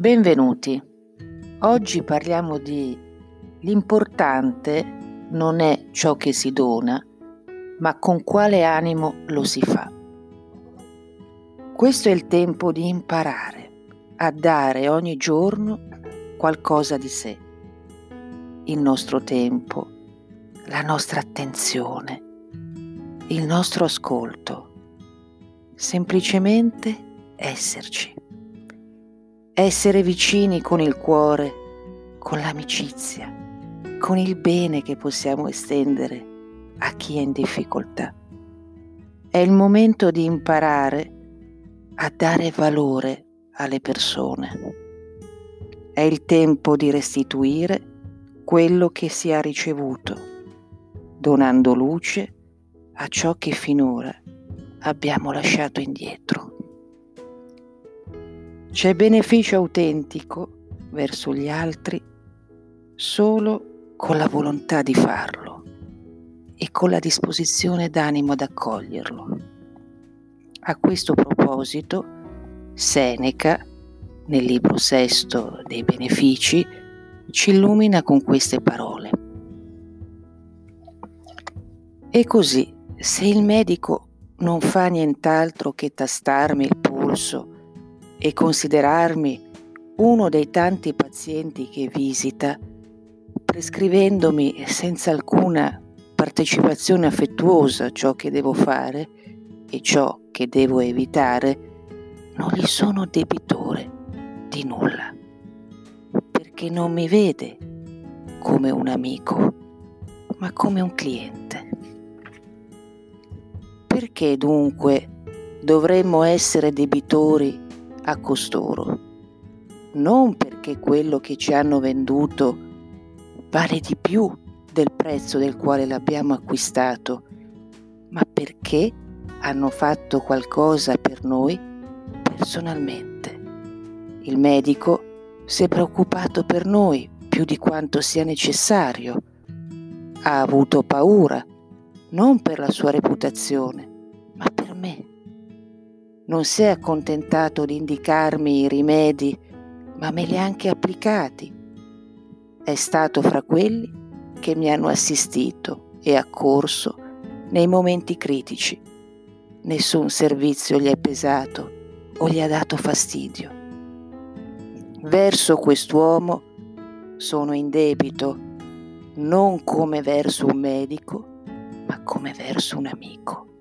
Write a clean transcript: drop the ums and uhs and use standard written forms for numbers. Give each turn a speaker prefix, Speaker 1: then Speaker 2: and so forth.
Speaker 1: Benvenuti. Oggi parliamo di l'importante non è ciò che si dona, ma con quale animo lo si fa. Questo è il tempo di imparare a dare ogni giorno qualcosa di sé. Il nostro tempo, la nostra attenzione, il nostro ascolto. Semplicemente esserci. Essere vicini con il cuore, con l'amicizia, con il bene che possiamo estendere a chi è in difficoltà. È il momento di imparare a dare valore alle persone. È il tempo di restituire quello che si è ricevuto, donando luce a ciò che finora abbiamo lasciato indietro. C'è beneficio autentico verso gli altri solo con la volontà di farlo e con la disposizione d'animo ad accoglierlo. A questo proposito, Seneca, nel libro sesto dei Benefici, ci illumina con queste parole. E così, se il medico non fa nient'altro che tastarmi il polso e considerarmi uno dei tanti pazienti che visita, prescrivendomi senza alcuna partecipazione affettuosa ciò che devo fare e ciò che devo evitare, non gli sono debitore di nulla, perché non mi vede come un amico, ma come un cliente. Perché dunque dovremmo essere debitori a costoro? Non perché quello che ci hanno venduto vale di più del prezzo del quale l'abbiamo acquistato, ma perché hanno fatto qualcosa per noi personalmente. Il medico si è preoccupato per noi più di quanto sia necessario. Ha avuto paura, non per la sua reputazione, ma per me. Non si è accontentato di indicarmi i rimedi, ma me li ha anche applicati. È stato fra quelli che mi hanno assistito e accorso nei momenti critici. Nessun servizio gli è pesato o gli ha dato fastidio. Verso quest'uomo sono in debito, non come verso un medico, ma come verso un amico.